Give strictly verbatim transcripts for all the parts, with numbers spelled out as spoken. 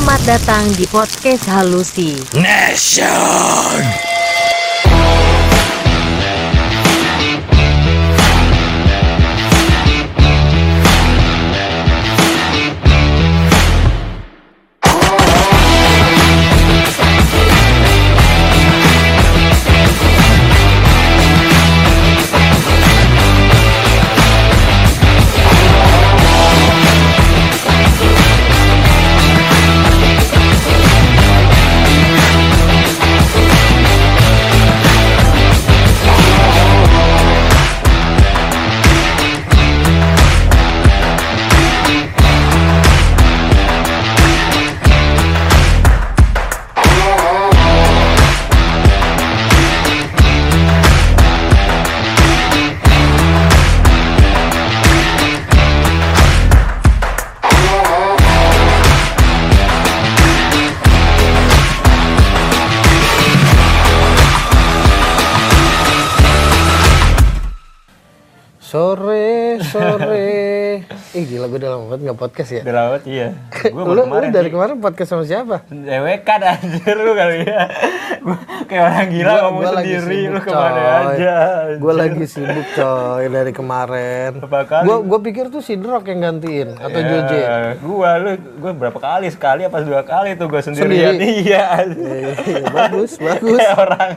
Selamat datang di podcast Halusi Nation. Sore, sore. Ih gila, gue udah lama banget nggak podcast ya. Udah lama iya. Gua lu, lu dari kemarin podcast sama siapa? D W K anjir lu kali ya. Gua kayak orang gila gua, ngomong gua sendiri, lu kemana coy. aja. Gue lagi sibuk coy dari kemarin. Gue gue pikir tuh si Drok yang gantiin atau yeah, Joje. Gua lu gue berapa kali sekali apa dua kali tuh gue sendirian. Sendiri? Iya. iya. Bagus, bagus. Kayak orang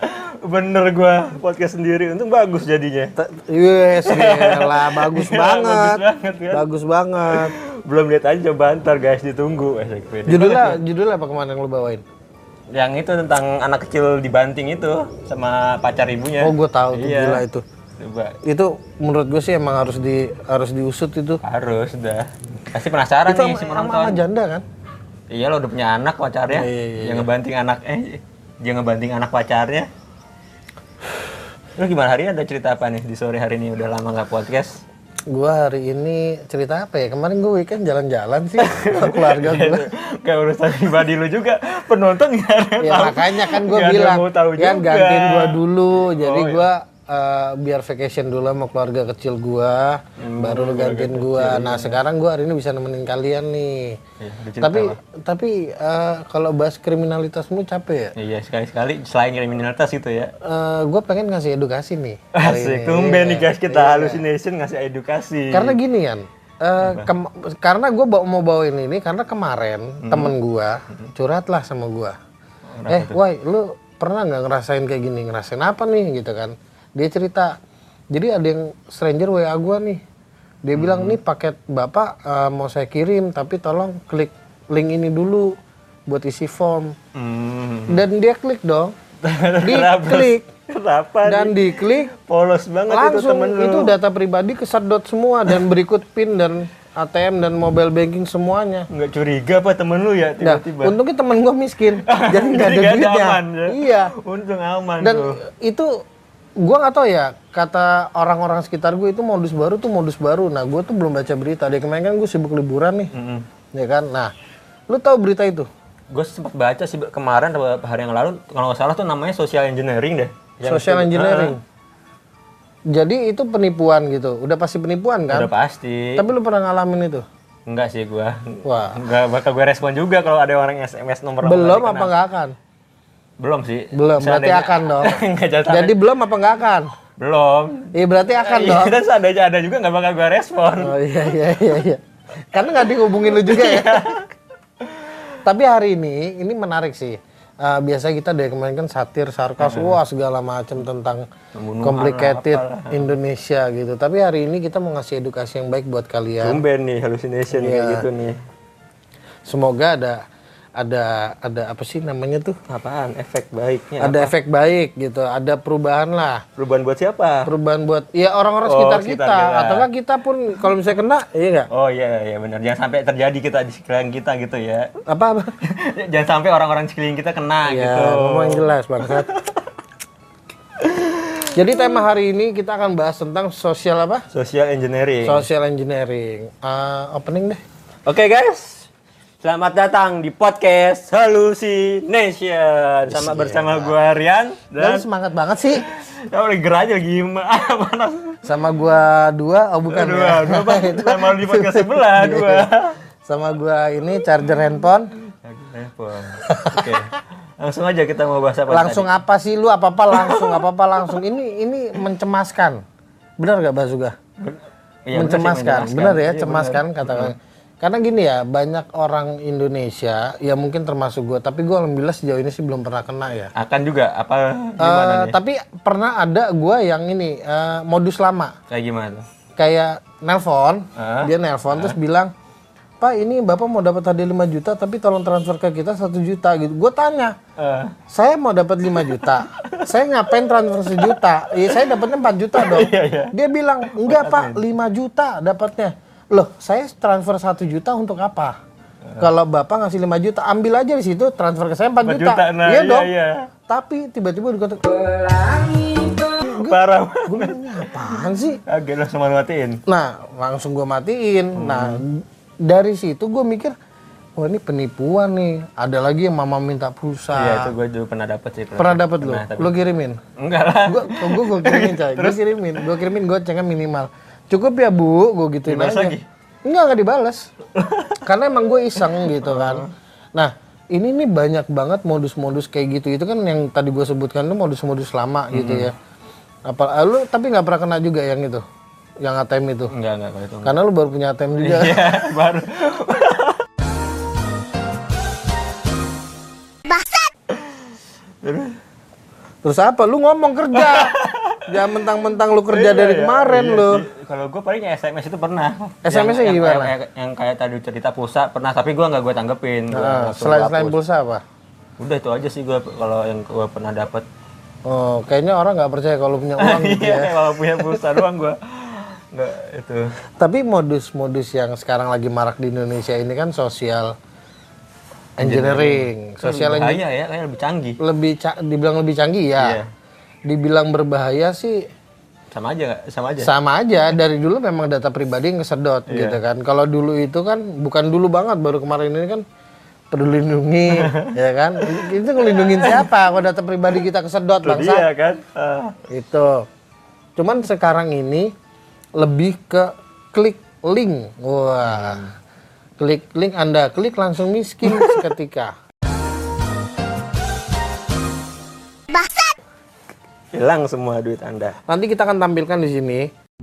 bener gua podcast sendiri, untung bagus jadinya. Yes, lah bagus banget. Bagus banget kan? Bagus banget. Belum lihat aja, coba ntar guys ditunggu. Judulnya judulnya apa kemarin yang lu bawain? Yang itu tentang anak kecil dibanting itu sama pacar ibunya. Oh, gua tahu tuh iya. Gila itu. Coba. Itu menurut gue sih emang harus di harus diusut itu. Harus dah. Pasti penasaran itu nih si penonton. Sama janda kan? Iya lo udah punya anak pacarnya. Iya, iya, iya. Yang ngebanting anak eh yang ngebanting anak pacarnya. Lu gimana hari ini, ada cerita apa nih di sore hari ini, udah lama nggak podcast? Gua hari ini cerita apa ya? Kemarin gue weekend jalan-jalan sih sama keluarga gue. Kayak urusan pribadi lu juga, penonton nggak ada yang ya, tahu. Makanya kan gue bilang, kan gantiin gue dulu, jadi oh, gue uh, biar vacation dulu sama keluarga kecil gue, hmm, baru lu gantiin gue. Nah iya. Sekarang gue hari ini bisa nemenin kalian nih. Ya, tapi apa? tapi uh, kalau bahas kriminalitasmu capek ya? Iya sekali-sekali selain kriminalitas itu ya. Uh, gue pengen ngasih edukasi nih. Asik, tumben nih guys kita iya. Halusination ngasih edukasi. Karena gini kan, uh, ke- karena gue mau bawain ini karena kemarin hmm. temen gue curhat lah sama gue. Oh, eh, woi, lu pernah nggak ngerasain kayak gini? Ngerasain apa nih gitu kan? Dia cerita, jadi ada yang stranger W A gue nih. Dia hmm. bilang, nih paket bapak uh, mau saya kirim, tapi tolong klik link ini dulu buat isi form. Hmm. Dan dia klik dong. Diklik. Kenapa dan nih? Diklik. Polos banget langsung, itu temen lu. itu data pribadi kesedot semua dan berikut PIN dan A T M dan mobile banking semuanya. Nggak curiga apa temen lu ya tiba-tiba? Nah, untungnya temen gue miskin. jadi nggak ada duitnya. Aman, ya? Iya. Untung aman. Dan tuh. itu gue nggak tahu ya, kata orang-orang sekitar gue itu modus baru tuh modus baru. Nah gue tuh belum baca berita. Dari kemarin kan gue sibuk liburan nih, mm-hmm. ya kan. Nah, lu tahu berita itu? Gue sempat baca sih kemarin beberapa hari yang lalu, kalau nggak salah tuh namanya social engineering deh. Social engineering. Ah. Jadi itu penipuan gitu. Udah pasti penipuan kan? Udah pasti. Tapi lu pernah ngalamin itu? Enggak sih gue. Wah. Nggak bakal gue respon juga kalau ada orang S M S nomor. Belum apa nggak akan? Belum sih. Belum, berarti akan dong. Jadi belum apa nggak akan? Belum. Iya berarti akan iya, dong. Dan seandainya ada juga nggak bakal gue respon. Oh iya iya iya. iya. Karena nggak dihubungin lu juga ya. Tapi hari ini, ini menarik sih. Uh, biasa kita dari kemarin kan satir, sarkas, hmm. wah segala macam tentang Pembunuhan complicated Indonesia gitu. Tapi hari ini kita mau ngasih edukasi yang baik buat kalian. Tumben nih, halusination ya. Kayak gitu nih. Semoga ada ada ada apa sih namanya tuh? Apaan? Efek baiknya? Ada apa? efek baik gitu. Ada perubahan lah. Perubahan buat siapa? Perubahan buat ya orang-orang oh, sekitar, sekitar kita. kita. Atau kan kita pun kalau misalnya kena, iya nggak? Oh iya iya benar. Jangan sampai terjadi kita di sekeliling kita gitu ya. Apa apa? Jangan sampai orang-orang sekeliling kita kena ya, gitu. Ngomong yang jelas bangsat. Jadi tema hari ini kita akan bahas tentang sosial apa? Social engineering. Social engineering. Uh, opening deh. Oke okay, guys. Selamat datang di podcast Halusination sama bersama gue Rian dan, dan semangat banget sih. Ya udah gerah aja gimana? Sama gue dua, oh bukan dua, ya. Dua, dua, sama di podcast sebelah dua. Sama gue ini charger handphone. Repot. Oke. Langsung aja kita mau bahas apa Langsung tadi? apa sih lu? Apa-apa langsung, apa-apa langsung. Ini ini mencemaskan. Benar gak Basuga? Iya, mencemaskan. bener sih, Benar ya, Iya, cemaskan bener. katakan. Karena gini ya, banyak orang Indonesia, ya mungkin termasuk gue, tapi gue alhamdulillah sejauh ini sih belum pernah kena ya. Akan juga apa gimana Eh, nih? tapi pernah ada gue yang ini eh, modus lama. Kayak gimana tuh? Kayak nelpon, Ah. dia nelpon terus bilang, Pak ini bapak mau dapat hadiah lima juta tapi tolong transfer ke kita satu juta gitu. Gue tanya, Eh, saya mau dapat lima juta, saya ngapain transfer sejuta? Iya saya dapatnya empat juta dong. Iya, iya. Dia bilang, enggak pak, lima juta dapatnya. Loh, saya transfer satu juta untuk apa? Kalau bapak ngasih lima juta, ambil aja di situ, transfer ke saya empat empat juta. juta, nah, iya iya, dong. iya. Tapi tiba-tiba dikata, Parah. gue bilang, "Ini apaan sih?" Agak langsung matiin. Nah, langsung gue matiin. Hmm. Nah, dari situ gue mikir, wah ini penipuan nih. Ada lagi yang mama minta pulsa. Iya, itu gue juga pernah dapet sih. Pernah dapat lu? Pernah, tapi- Lu kirimin? Enggak lah. Gue gue gue kirimin coy. Gue kirimin. Gue kirimin gocengnya minimal. Cukup ya bu, gue gituin Dibalas aja. lagi? Enggak, enggak dibales. Karena emang gue iseng gitu kan. Nah, ini nih banyak banget modus-modus kayak gitu. Itu kan yang tadi gue sebutkan tuh modus-modus lama gitu ya. Apa lu tapi nggak pernah kena juga yang itu? Yang A T M itu? Enggak, enggak kalau itu. enggak. Karena lu baru punya A T M juga. Iya, baru. Terus apa? Lu ngomong kerja. Jangan mentang-mentang lu kerja Iya, dari iya, kemarin iya lu. sih. Kalau gue paling S M S itu pernah. S M S-nya Yang- yang gimana? kayak- Yang, yang kayak tadi cerita pulsa pernah, tapi gue nggak gue tanggepin. Gua Nah, langsung selain gua selain hapus. pulsa apa? Udah itu aja sih gue kalau yang gue pernah dapet. Oh, kayaknya orang nggak percaya kalau punya uang gitu ya. Iya, kalau punya pulsa doang gue nggak itu. Tapi modus-modus yang sekarang lagi marak di Indonesia ini kan sosial engineering, social Lebih engineering bahaya ya, kayak lebih canggih. lebih ca- dibilang lebih canggih ya. Iya. Dibilang berbahaya sih Sama aja nggak? Sama aja. sama aja. Dari dulu memang data pribadi yang kesedot Iya. gitu kan. Kalau dulu itu kan bukan dulu banget, baru kemarin ini kan peduli lindungi ya kan. Itu ngelindungin siapa kalau data pribadi kita kesedot Itu bangsa. dia kan. Ah. Itu. Cuman sekarang ini lebih ke klik link. Wah. Klik link Anda klik langsung miskin seketika. Hilang semua duit Anda. Nanti kita akan tampilkan di sini.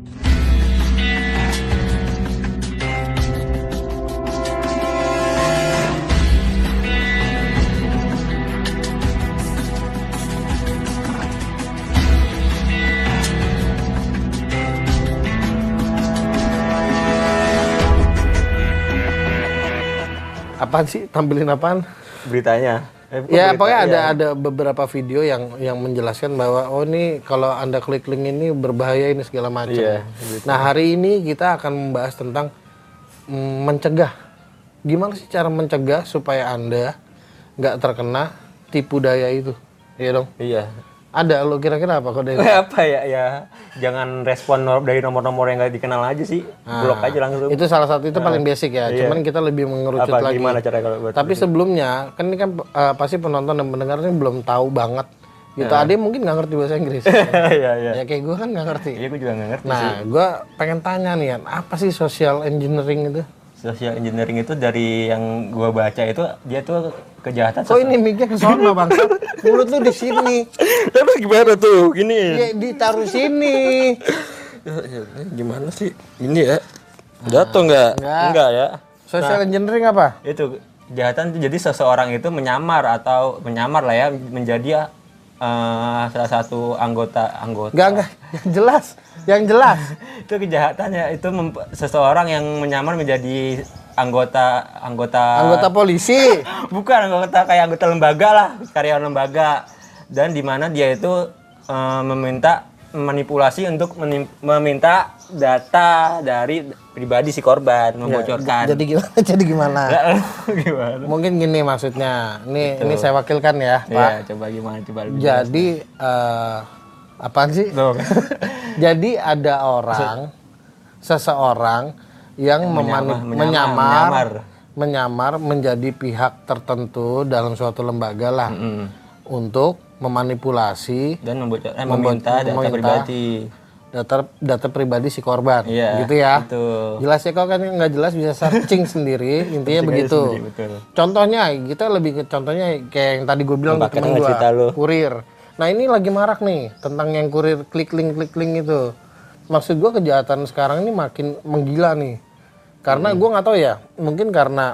Apaan sih? Tampilin apaan? Beritanya. Eh, bukan Ya berita, pokoknya ada iya. ada beberapa video yang yang menjelaskan bahwa oh ini kalau Anda klik link ini berbahaya ini segala macam. Iya, Nah hari ini kita akan membahas tentang mm, mencegah. Gimana sih cara mencegah supaya Anda nggak terkena tipu daya itu? Iya dong. Iya. Ada lo kira-kira apa kode? Apa ya ya jangan respon no- dari nomor-nomor yang nggak dikenal aja sih, blok aja langsung. Itu salah satu itu paling basic ya. Iya. Cuman kita lebih mengerucut Apa lagi. gimana cara kalau buat Tapi sebelumnya kan ini kan eh, pasti penonton dan pendengar ini belum tahu banget. Gitu. Ada yang mungkin nggak ngerti bahasa Inggris. Iya iya. Ya kayak gue kan nggak ngerti. Iya gue juga nggak ngerti sih. Nah, gue pengen tanya nih, Yan, apa sih social engineering itu? Social engineering itu dari yang gua baca itu dia tuh kejahatan. Kok ini mic-nya ke sono, Bang? Mulut lu di sini. Terus gimana tuh? Gini. Ya, ditaruh sini. Gimana sih? Ini ya. Jatuh nggak? Nggak. Enggak ya. Social engineering apa? Itu kejahatan itu jadi seseorang itu menyamar atau menyamar lah ya menjadi eh, salah satu anggota anggota. Enggak, enggak. Yang jelas. Yang jelas. Itu kejahatannya itu mem- seseorang yang menyamar menjadi anggota anggota Anggota polisi. bukan anggota kayak anggota lembaga lah, karyawan lembaga, dan di mana dia itu eh, meminta manipulasi untuk menim- meminta data dari pribadi si korban, membocorkan. Jadi gimana? Jadi gimana? Nggak, gimana? Mungkin gini maksudnya. Ini ini saya wakilkan ya, Pak. Iya, coba gimana coba. Jadi eh apaan sih? Tuh. Jadi ada orang, seseorang yang memani- menyamar- menyamar, menyamar. menyamar menjadi pihak tertentu dalam suatu lembaga lah, Mm. untuk memanipulasi, Dan membocor, eh, Membo- meminta data meminta. pribadi. data data pribadi si korban, Iya, gitu ya. betul. Jelas ya, kalau kan nggak jelas bisa searching sendiri, intinya Searching aja begitu. sendiri, betul. Contohnya kita lebih ke contohnya kayak yang tadi gue bilang Yang ke temen paket gue, cerita lu. kurir. Nah ini lagi marak nih tentang yang kurir klik link klik link itu. Maksud gue kejahatan sekarang ini makin menggila nih, karena gue nggak tahu ya, mungkin karena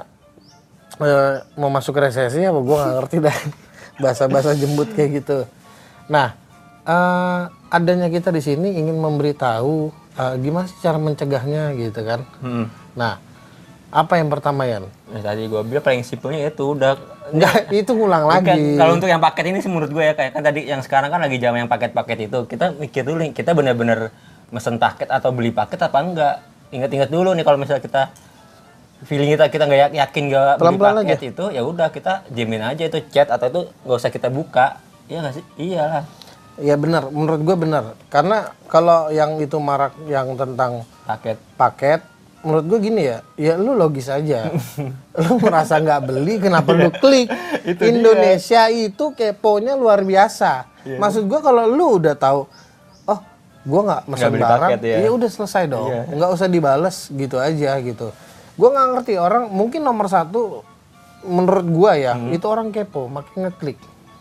eh, mau masuk resesi apa gue nggak ngerti dah bahasa-bahasa jembut kayak gitu. Nah. Uh, adanya kita di sini ingin memberitahu uh, gimana sih cara mencegahnya gitu kan. Hmm. Nah, apa yang pertama Yan? Nah, tadi gue bilang paling simpelnya itu udah Enggak, itu ngulang Bukan, lagi. kalau untuk yang paket ini sih menurut gue ya kayak kan tadi yang sekarang kan lagi zaman yang paket-paket itu kita mikir dulu nih, kita benar-benar mesen paket atau beli paket apa enggak. Ingat-ingat dulu nih kalau misalnya kita feeling kita kita nggak yakin nggak beli Pelan-pelan paket aja. itu ya udah kita jamin aja itu chat atau itu nggak usah kita buka. Iya nggak sih? Iyalah. Ya benar, menurut gue benar. Karena kalau yang itu marak yang tentang Paket. paket, menurut gue gini ya, ya lu logis aja. Lu merasa nggak beli, kenapa lu klik? Itu Indonesia itu keponya luar biasa. Iya. Maksud gue kalau lu udah tahu, oh gue nggak mesen beli barang, paket, ya. ya udah selesai dong, Iya. nggak usah dibales gitu aja gitu. Gue nggak ngerti orang, mungkin nomor satu menurut gue ya, Hmm. itu orang kepo, makin ngeklik.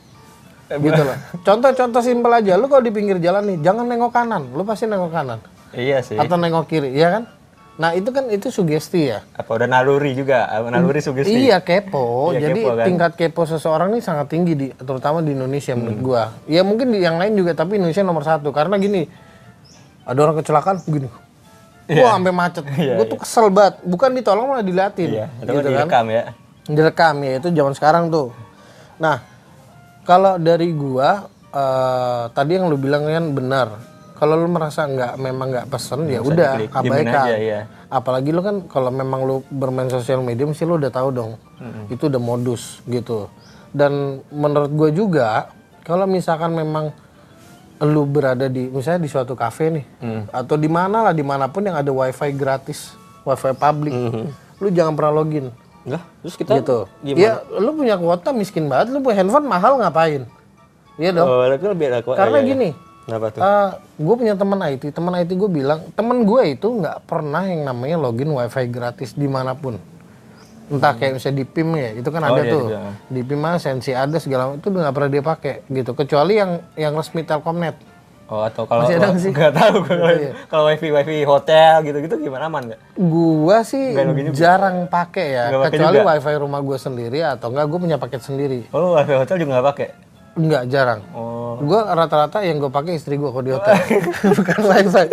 Gitu loh. Contoh-contoh simpel aja, lu kalau di pinggir jalan nih, jangan nengok kanan, lu pasti nengok kanan. Iya sih. Atau nengok kiri, iya kan? Nah itu kan itu sugesti ya. Apa udah naluri juga? Apa Naluri sugesti. Iya kepo. Iya, Jadi kepo kan. tingkat kepo seseorang ini sangat tinggi di, terutama di Indonesia menurut gua. Ya mungkin di yang lain juga, tapi Indonesia nomor satu. Karena gini, ada orang kecelakaan, gini, wah sampai macet. Iya, Gua tuh kesel banget. Bukan ditolong malah diliatin. Iya, itu gitu kan kan? direkam ya. Direkam ya, itu zaman sekarang tuh. Nah, kalau dari gua eh, tadi yang lu bilang kan benar. Kalau lu merasa nggak memang nggak pesen ya udah diklik, diemin abaikan. aja, iya. Apalagi lu kan kalau memang lu bermain sosial media mesti lu udah tahu dong. Itu udah modus gitu. Dan menurut gua juga kalau misalkan memang lu berada di misalnya di suatu kafe nih atau di mana lah dimanapun yang ada wifi gratis, wifi publik, lu jangan pernah login. Lah, terus kita Gitu. gimana? Ya, lu punya kuota miskin banget, lu punya handphone mahal ngapain? Iya dong. Oh, itu lebih ada kok. Karena iya, iya. gini, Kenapa tuh? gue punya teman I T, teman I T gue bilang, teman gue itu nggak pernah yang namanya login wifi gratis dimanapun. Entah kayak misalnya di P I M ya, itu kan Oh, ada iya, tuh. iya. Di P I M mah Sensi ada segala itu nggak pernah dia pakai gitu. Kecuali yang yang resmi Telkomnet. Oh, atau kalau Masih ada nggak sih? nggak tahu gue kalau Iya. kalau wifi wifi hotel gitu-gitu gimana aman nggak? Gua sih Nggak login juga? jarang pakai ya, Nggak pakai kecuali juga? wifi rumah gue sendiri atau enggak gue punya paket sendiri. Oh, wifi hotel juga nggak pakai? Enggak, jarang. Oh. Gue rata-rata yang gue pakai istri gue kalau di hotel, bukan wifi.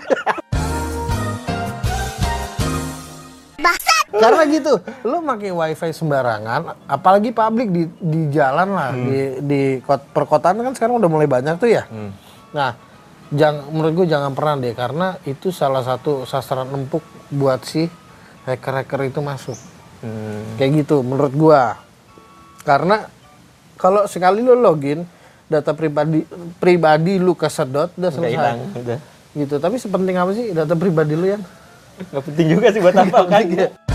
Karena gitu, lu pakai wifi sembarangan, apalagi publik di di jalan lah, di di kot- perkotaan kan sekarang udah mulai banyak tuh ya. Nah, jangan menurut gue jangan pernah deh, karena itu salah satu sasaran empuk buat si hacker-hacker itu masuk. Hmm. Kayak gitu menurut gua. Karena kalau sekali lu login data pribadi pribadi lu kesedot udah Nggak hilang, selesai. udah. Gitu. Tapi sepenting apa sih data pribadi lu, Yan? Nggak penting juga sih buat apa kan?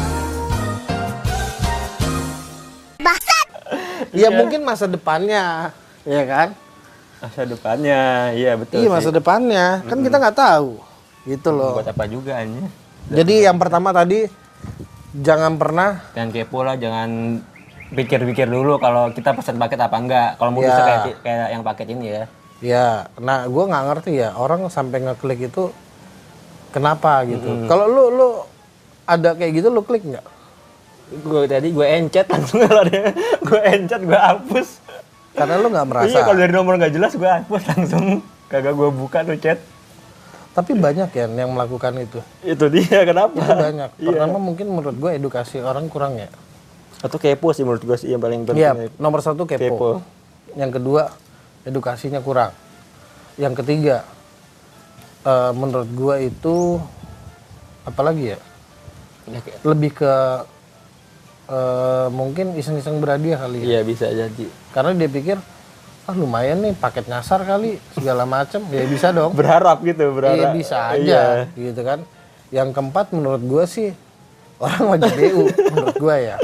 Ya mungkin masa depannya, ya kan? Masa depannya, iya betul. Iya sih. masa depannya, kan kita nggak tahu, gitu loh. Buat apa juga anjir. Jadi yang pertama tadi jangan pernah, Jangan kepo lah, jangan pikir-pikir dulu kalau kita pesan paket apa enggak. Kalau mau Ya. bisa kayak kayak yang paket ini ya. ya. Nah, gua nggak ngerti ya orang sampai ngeklik itu kenapa gitu. Kalau lu lu ada kayak gitu lu klik nggak? Gue tadi gue encet langsung kalau dia gue encet gue hapus. Karena lu nggak merasa. Iya kalau dari nomor nggak jelas gue hapus langsung. Kagak gue buka tuh chat. Tapi banyak ya yang melakukan itu. Itu dia kenapa? Itu banyak. Iya. Pertama mungkin menurut gue edukasi orang kurang ya. Atau kepo sih menurut gue sih yang paling penting. Iya, nomor satu kepo. Kepo. Yang kedua edukasinya kurang. Yang ketiga eh, menurut gue itu apalagi ya? Ya, kayak- Lebih ke eh, mungkin iseng-iseng berhadiah kali ya. Iya bisa jadi. Karena dia pikir ah lumayan nih paket nyasar kali segala macam ya bisa dong. Berharap gitu, berharap. Iya bisa Iya. aja gitu kan. Yang keempat menurut gue sih orang wajib B U menurut gue ya.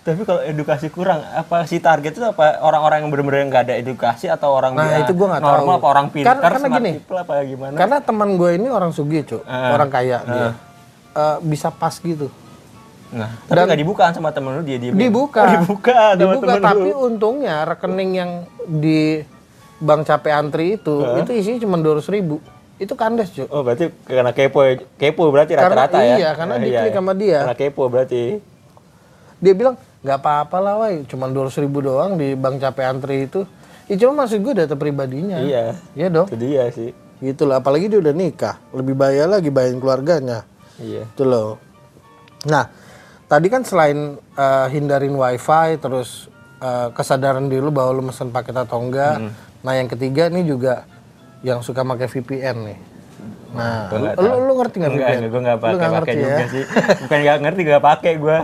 Tapi kalau edukasi kurang, apa sih target itu apa orang-orang yang benar-benar nggak ada edukasi atau orang Nah, dia itu gua nggak normal tahu. apa orang pintar, Karena- karena smart gini, people apa gimana? Karena teman gue ini orang sugih, Cuk. Ah. Orang kaya dia. Ah. Eh, bisa pas gitu. Nah, tapi nggak dibuka sama temen lu, dia dia Dibuka. Oh, dibuka sama Dibuka, temen tapi lu. untungnya rekening yang di Bank Capek Antri itu, itu isinya cuma dua ratus ribu. Itu kandas, Cuk. Oh, berarti karena kepo kepo berarti Karena- rata-rata ya. iya, karena Ah, diklik sama dia. Karena kepo berarti. Dia bilang, nggak apa-apa lah, woi. Cuma dua ratus ribu doang di Bank Capek Antri itu. Ya cuma maksud gue data pribadinya. Iya. Iya dong. Itu dia sih. Gitu loh. Apalagi dia udah nikah. Lebih bahaya lagi bayarin keluarganya. Iya. Itu loh. Nah, tadi kan selain eh, hindarin wifi, terus eh, kesadaran diri lu bahwa lu mesen paket atau enggak. Hmm. Nah, yang ketiga ini juga yang suka pakai V P N nih. Nah, Gua nggak lu, tahu. lu ngerti nggak V P N? Enggak, gue nggak Lu pakai nggak pakai ngerti juga ya? sih. Bukan nggak ngerti, nggak pakai gue.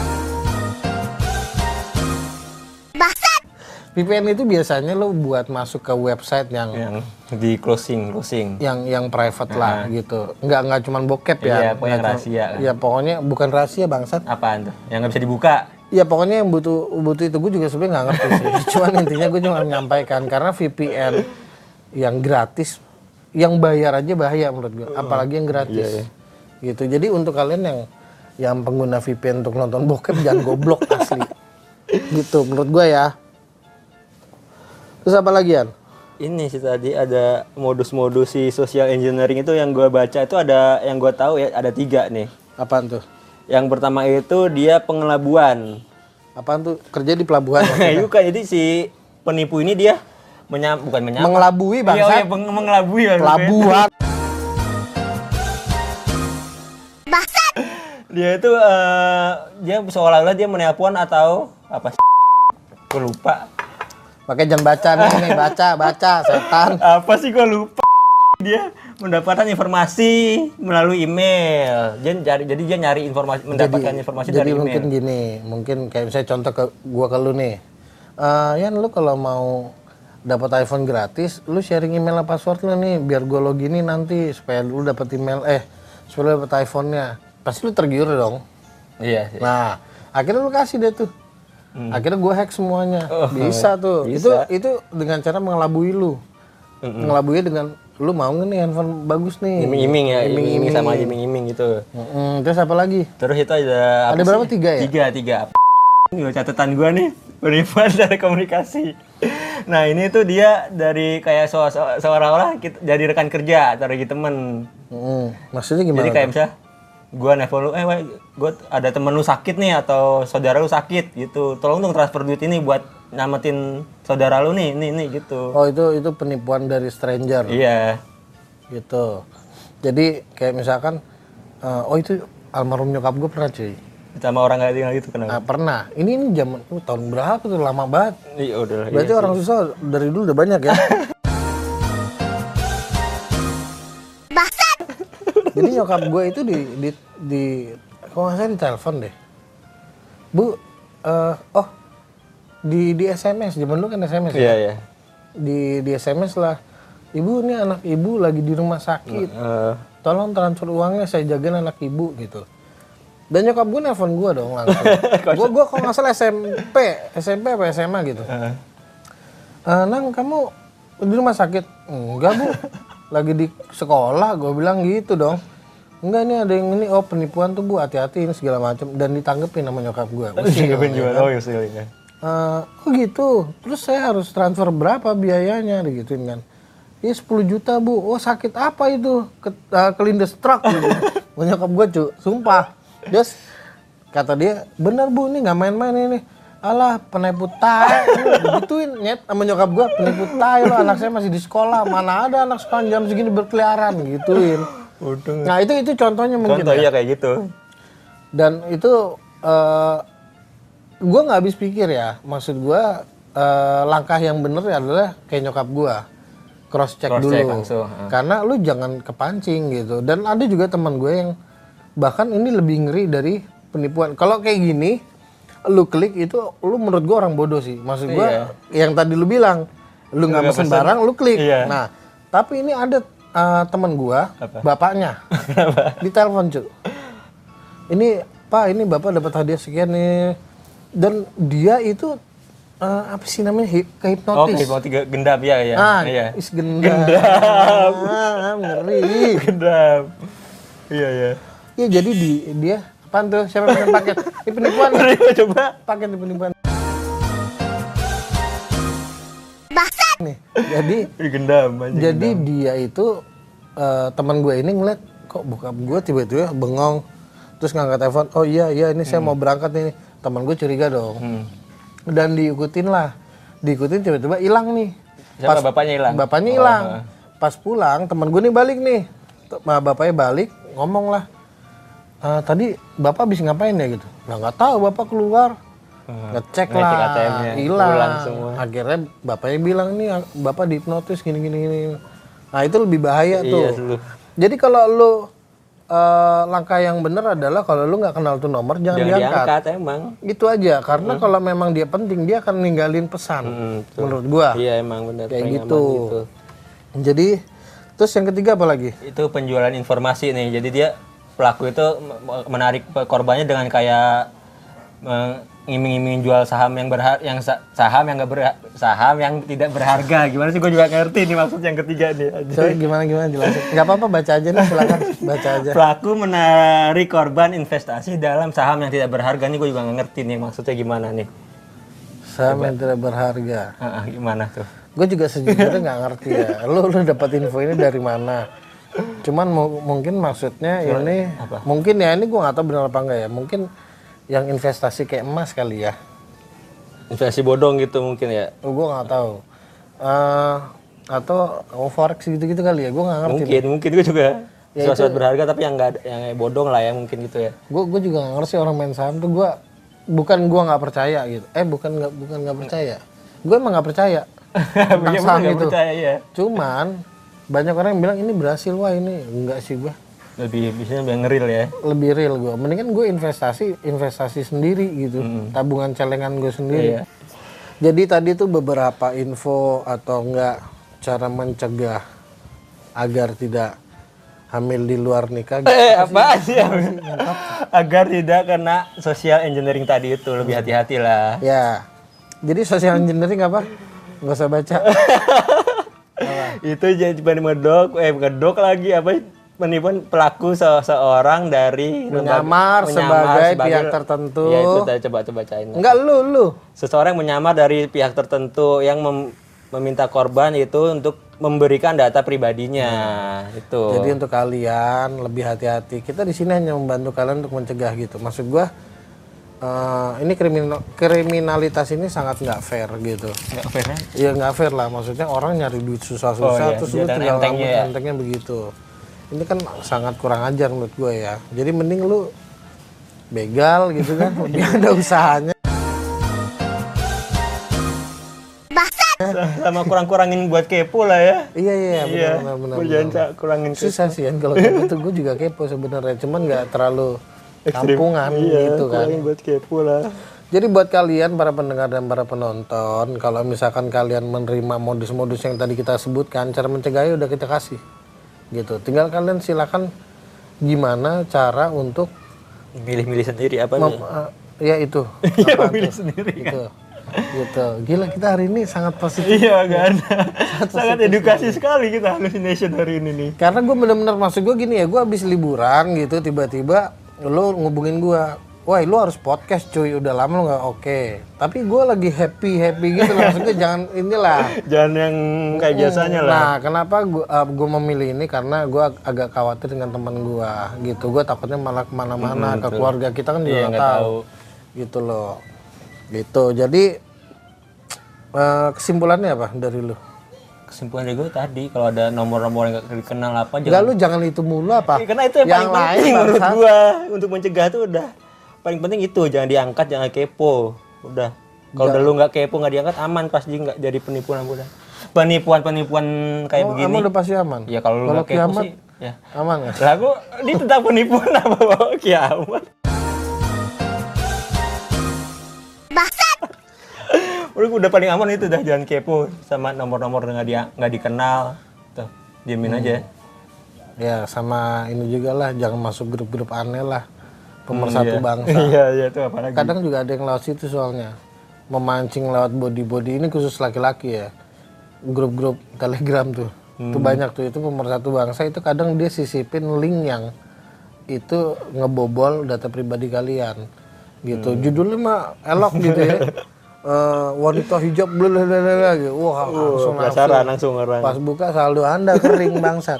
V P N itu biasanya lu buat masuk ke website yang Yang di closing closing. yang yang private lah gitu. Nggak nggak cuman bokep ya. Iya, pokoknya Nggak yang cuma- rahasia kan. Ya pokoknya bukan rahasia bangsat. Apaan tuh? Yang nggak bisa dibuka. Ya pokoknya yang butuh butuh itu gue juga sebenarnya nggak ngerti sih. Cuman intinya gue cuma menyampaikan karena V P N yang gratis, yang bayar aja bahaya menurut gue. Apalagi yang gratis. Iya, Gitu. Jadi untuk kalian yang yang pengguna V P N untuk nonton bokep jangan goblok asli. Gitu menurut gue ya. Terus apa lagi, An? Ini sih tadi ada modus-modus si social engineering itu yang gue baca itu ada yang gue tahu ya ada tiga nih. Apaan tuh? Yang pertama itu dia pengelabuan. Apaan tuh? Kerja di pelabuhan. Bukan, jadi si penipu ini dia menyam, bukan menyamar. Mengelabui Iya, bangsat. iya, peng- mengelabui maksudnya. Pelabuhan. Dia itu eh, dia seolah-olah dia menelpon atau apa sih? Gue lupa. Makanya jangan baca nih, nih baca, baca, setan. Apa sih gue lupa. Dia mendapatkan informasi melalui email. Dia cari, jadi dia nyari informasi, mendapatkan informasi Jadi dari email. mungkin gini, mungkin kayak misalnya contoh ke gua ke lu nih. Eh, Yan, lu kalau mau dapat iPhone gratis, lu sharing email apa password lu nih, biar gua loginin nanti supaya lu dapat email, eh, supaya lu dapat iPhone-nya. Pasti lu tergiur dong. Iya sih. Nah, akhirnya lu kasih deh tuh. Akhirnya gua hack semuanya. Oh, bisa tuh. bisa. Itu itu dengan cara mengelabui lu. Mengelabui dengan lu mau nggak nih handphone bagus nih. Iming-iming ya, iming-iming Iming-iming. sama iming-iming gitu. Mm-mm. Terus apa lagi? Terus itu ada Ada apa berapa? sih? Tiga ya? Tiga, tiga. Ini catatan gua nih, penipuan dari komunikasi. Nah ini tuh dia dari kayak se- se- seolah-olah kita jadi rekan kerja atau lagi temen. Mm-mm. Maksudnya gimana? Jadi kayak tuh? misalnya gua nelfon lu, eh weh, gua ada temen lu sakit nih atau saudara lu sakit gitu. Tolong dong transfer duit ini buat nyamatin saudara lu nih, nih, nih gitu. Oh itu itu penipuan dari stranger. Iya. Gitu. Jadi kayak misalkan, eh, oh itu almarhum nyokap gue pernah cuy. Sama orang nggak tinggal gitu kenapa? Nah, pernah. Ini ini zaman uh, tahun berapa tuh lama banget. Iya udah. Berarti iya orang susah dari dulu udah banyak ya. Jadi nyokap gue itu di di di kok nggak salah di telepon deh. Bu, eh, oh di di S M S zaman dulu kan S M S. Iya ya? iya. Di di S M S lah. Ibu ini anak ibu lagi di rumah sakit. Eh, Tolong transfer uangnya saya jagain anak ibu gitu. Dan nyokap gue nelfon gue dong langsung. gue gue kalau nggak salah S M P, S M P apa S M A gitu. eh. "Eh, Nang kamu di rumah sakit? Enggak bu, lagi di sekolah. Gue bilang gitu dong. Enggak ini ada yang ini oh penipuan tuh bu, hati-hati ini segala macam dan ditanggepin sama nyokap gue. Tanggepin gimana? Oh iya sih. Eh, oh gitu. Terus saya harus transfer berapa biayanya digituin kan. Iya sepuluh juta bu. Oh sakit apa itu? Ke, uh, kelindes truk gitu. Nyokap gue cu, sumpah. Terus kata dia, bener bu ini nggak main-main ini. Alah penipu tai. Gituin nyet sama nyokap gue, penipu tai lo anak saya masih di sekolah. Mana ada anak sekolah jam segini berkeliaran gituin. Udah. Nah itu itu contohnya mungkin Contoh ya. iya kayak gitu. Dan itu uh, gue nggak habis pikir ya. Maksud gue uh, langkah yang bener adalah kayak nyokap gue. Cross check Cross dulu. check langsung, uh. Karena lu jangan kepancing gitu. Dan ada juga teman gue yang bahkan ini lebih ngeri dari penipuan. Kalau kayak gini, lu klik itu, lu menurut gue orang bodoh sih. Maksud gue, Iya. yang tadi lu bilang, lu nggak nggak pesen pesen. barang, lu klik. Iya. Nah, tapi ini ada uh, teman gue, Apa? bapaknya, di telepon cu. Ini Pak, ini Bapak dapat hadiah sekian nih. dan dia itu uh, apa sih namanya Hi- Oh, kehipnotis. hipnotis gendam ya ya. Ah, Iya. is gendam. Gendam. Ah, ngeri. Gendam. Iya ya. Iya jadi di, dia apaan tuh? Siapa yang pesan paket? Ini penipuan. Coba. Paket ini penipuan. Nih, jadi Ih, gendam anjing. jadi dia itu uh, teman gue ini ngeliat kok bokap gue tiba-tiba bengong terus ngangkat telepon. Oh iya iya ini saya mau berangkat nih. Teman gue curiga dong. Hmm. Dan diikutin lah. Diikutin tiba-tiba hilang nih. Siapa bapaknya hilang? Bapaknya Oh, hilang. oh. Pas pulang teman gue nih balik nih. T- ma- Bapaknya balik ngomong lah. "Ah, tadi bapak habis ngapain ya gitu? Lah nggak tahu bapak keluar. Ngecek Ngecek lah, A T M-nya, hilang pulang semua. Akhirnya bapaknya bilang nih bapak dihipnotis gini gini gini. Nah itu lebih bahaya tuh. Iya, dulu. Jadi kalau lu eh, langkah yang benar adalah kalau lu nggak kenal tuh nomor jangan, Jangan diangkat. diangkat emang. Itu aja karena kalau memang dia penting dia akan ninggalin pesan. Hmm, betul. Menurut gua Iya emang benar. kayak paling gitu. aman gitu. Jadi terus yang ketiga apa lagi? Itu penjualan informasi nih. Jadi dia pelaku itu m- menarik korbannya dengan kayak ngiming-ngiming jual saham yang berharga, yang sa- saham yang nggak berha- saham yang tidak berharga. Gimana sih gue juga ngerti nih maksud yang ketiga nih. Coba gimana gimana jelasin. Nggak apa-apa baca aja nih silakan baca aja. Pelaku menarik korban investasi dalam saham yang tidak berharga nih gue juga nggak ngerti nih maksudnya gimana nih. Saham yang tidak berharga. Ah, ah, gimana tuh? Gue juga sejujurnya nggak ngerti ya. Lu lu dapat info ini dari mana? Cuman mu- mungkin maksudnya ini mungkin ya ini gue nggak tahu benar apa enggak ya. Mungkin yang investasi kayak emas kali ya. Investasi bodong gitu mungkin ya. Oh, gue nggak tahu. Eh atau oh, forex gitu-gitu kali ya. Gue nggak ngerti. Mungkin mungkin gue juga Ya sesuatu berharga tapi yang nggak yang bodong lah ya mungkin gitu ya. Gue gue juga nggak ngerti orang main saham tuh gue bukan gue nggak percaya gitu. Eh bukan nggak bukan nggak percaya. Gue emang nggak percaya tentang Bagaimana saham nggak itu. percaya ya? Cuman banyak orang yang bilang ini berhasil wah ini enggak sih gue. Lebih biasanya lebih ngeril ya. Lebih real gue. Mendingan gue investasi investasi sendiri gitu. Tabungan celengan gue sendiri. Iya. Jadi tadi tuh beberapa info atau enggak cara mencegah agar tidak hamil di luar nikah. Eh apa sih? Agar tidak kena social engineering tadi itu lebih hati-hati lah. Ya. Jadi social engineering apa? Nggak usah baca. Itu jadi ngedok, eh ngedok lagi apa? Penipuan pelaku se- seorang dari Menyamar lembaga- sebagai pihak tertentu. Ya itu tadi coba coba bacain. Enggak lu lu. Seseorang menyamar dari pihak tertentu yang mem- meminta korban itu untuk memberikan data pribadinya. Itu. Jadi untuk kalian lebih hati-hati. Kita di sini hanya membantu kalian untuk mencegah gitu. Maksud gua eh, ini kriminal kriminalitas ini sangat nggak fair gitu. nggak fair ya? Iya nggak fair lah. Maksudnya orang nyari duit susah-susah Oh, iya. terus lu Dia dan tinggal entengnya ngambil ya. entengnya begitu. Ini kan sangat kurang ajar menurut gue ya. Jadi mending lu begal gitu kan. Lebih ada usahanya. Sama kurang-kurangin buat kepo lah ya. Iya iya Iya. benar benar. Gue jangan sa- kurangin kepo. Susah sih kan kalau kayak gitu. Gue juga kepo sebenarnya. Cuman nggak terlalu Ekstrim. kampungan Iya, gitu kan. kurangin buat kepo lah. Jadi buat kalian para pendengar dan para penonton, kalau misalkan kalian menerima modus-modus yang tadi kita sebutkan, cara mencegahnya udah kita kasih, gitu. Tinggal kalian silakan gimana cara untuk, Milih-milih sendiri apa mem- nih? eh, ya itu, Iya, apaan milih tuh? sendiri. Gitu, gitu. Gila kita hari ini sangat positif. Iya, gak ada. Sangat edukasi sekali kita hallucination hari ini nih. Karena gue bener-bener maksud gue gini ya, gue habis liburan gitu, tiba-tiba lo ngubungin gue. Wah, lu harus podcast cuy, udah lama lu nggak oke. Tapi gue lagi happy happy gitu, loh. Maksudnya jangan inilah. Jangan yang kayak biasanya lah. Nah, kenapa gue uh, gue memilih ini karena gue ag- agak khawatir dengan teman gue, gitu. Gue takutnya malah kemana-mana ke keluarga kita kan juga Iya, nggak nggak tahu. tahu. Gitu loh, gitu. Jadi uh, kesimpulannya apa dari lu? Kesimpulan dari gue tadi kalau ada nomor-nomor yang gak dikenal apa Enggak, jangan. lu jangan itu mulu apa? Ya, karena itu yang, paling penting menurut bangsat. gua untuk mencegah tuh udah paling penting itu jangan diangkat, jangan kepo. Udah. Kalau udah lu nggak kepo nggak diangkat aman pasti nggak jadi penipuan udah. Penipuan-penipuan kayak Oh, begini. emang udah pasti aman? Ya kalau lu Kalau nggak kepo kiamat, sih ya. aman nggak? Lah gua ini tentang penipuan apa bawa kiamat. Udah, udah paling aman itu dah jangan kepo sama nomor-nomor nggak dia nggak dikenal. Tuh, diemin aja. Ya sama ini juga lah, jangan masuk grup-grup aneh lah. pemersatu Hmm, iya. bangsa. Iya, iya itu apa lagi? Kadang juga ada yang lewat situ soalnya. Memancing lewat body-body ini khusus laki-laki ya. Grup-grup Telegram tuh. Itu banyak tuh, itu pemersatu bangsa itu kadang dia sisipin link yang itu ngebobol data pribadi kalian. Gitu. Judulnya mah elok gitu ya. Eh, wanita hijab blablabla gitu. Wah, langsung penasaran nafsu. langsung orang. Pas buka saldo Anda kering bangsat.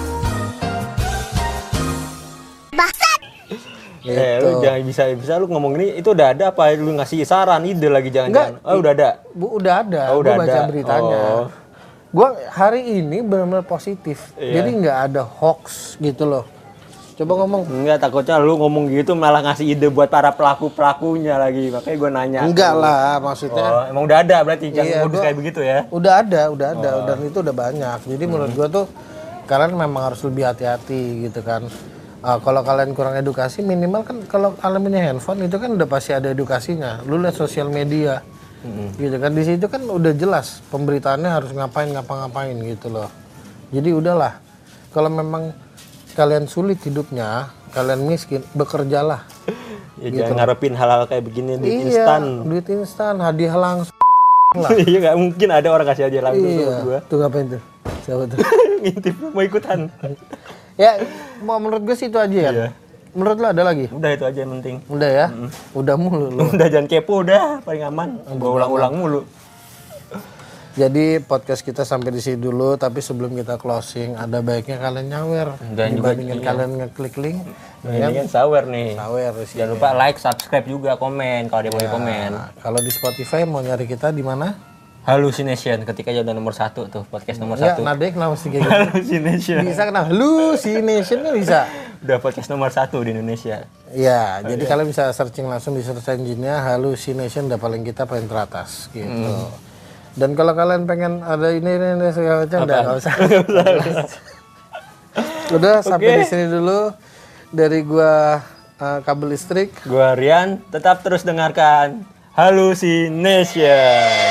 Eh, lu jangan bisa bisa lu ngomong ini itu udah ada apa lu ngasih saran ide lagi jangan-jangan. Enggak. Oh, udah ada. Bu, udah ada. Oh, udah Gua baca ada. beritanya. Oh. Gua hari ini benar-benar positif. Iya. Jadi nggak ada hoax gitu loh. Coba ngomong. Enggak, takutnya lu ngomong gitu malah ngasih ide buat para pelaku-pelakunya lagi. Makanya gue nanya. Enggak lah, maksudnya. Oh, emang udah ada berarti jangan Iya, modus gua- kayak begitu ya. Udah ada, udah ada, dan itu udah banyak. Jadi menurut gua tuh kalian memang harus lebih hati-hati gitu kan. Uh, kalau kalian kurang edukasi, minimal kan kalau kalian punya handphone itu kan udah pasti ada edukasinya. Lu lihat sosial media, gitu kan. Di situ kan udah jelas pemberitaannya harus ngapain, ngapa-ngapain gitu loh. Jadi udahlah. Kalau memang kalian sulit hidupnya, kalian miskin, bekerjalah. Ya jangan ngarepin hal-hal kayak begini di Iya, instan. duit instan, hadiah langsung. Iya nggak mungkin ada orang kasih aja langsung Iya, sama gua. tuh ngapain tuh? Siapa tuh? Ngintip mau ikutan. Ya, mau menurut gue sih itu aja ya. Iya. Menurut lo ada lagi? Udah itu aja yang penting. Udah ya? Udah mulu lo. Udah jangan kepo udah paling aman. Gua ulang-ulang mulu. Jadi podcast kita sampai di sini dulu, tapi sebelum kita closing ada baiknya kalian nyawer. Dan juga- Dibandingin iya. kalian ngeklik link, Nah, ini kan sawer nih. sawer sih. Jangan lupa like, subscribe juga, komen kalau dia mau komen. Nah, kalau di Spotify mau nyari kita di mana? Hallucination ketika aja udah nomor satu tuh podcast nomor Ya, satu. nadek kenapa mesti kayak gitu? Hallucination. Bisa kenapa? Hallucination kan bisa. Udah podcast nomor satu di Indonesia. Ya, jadi kalian bisa searching langsung di search engine-nya Hallucination, udah paling kita paling teratas gitu. Dan kalau kalian pengen ada ini ini, ini segala macam, udah nggak usah. Udah sampai di sini dulu dari gua uh, kabel listrik. Gua Rian, tetap terus dengarkan Hallucination.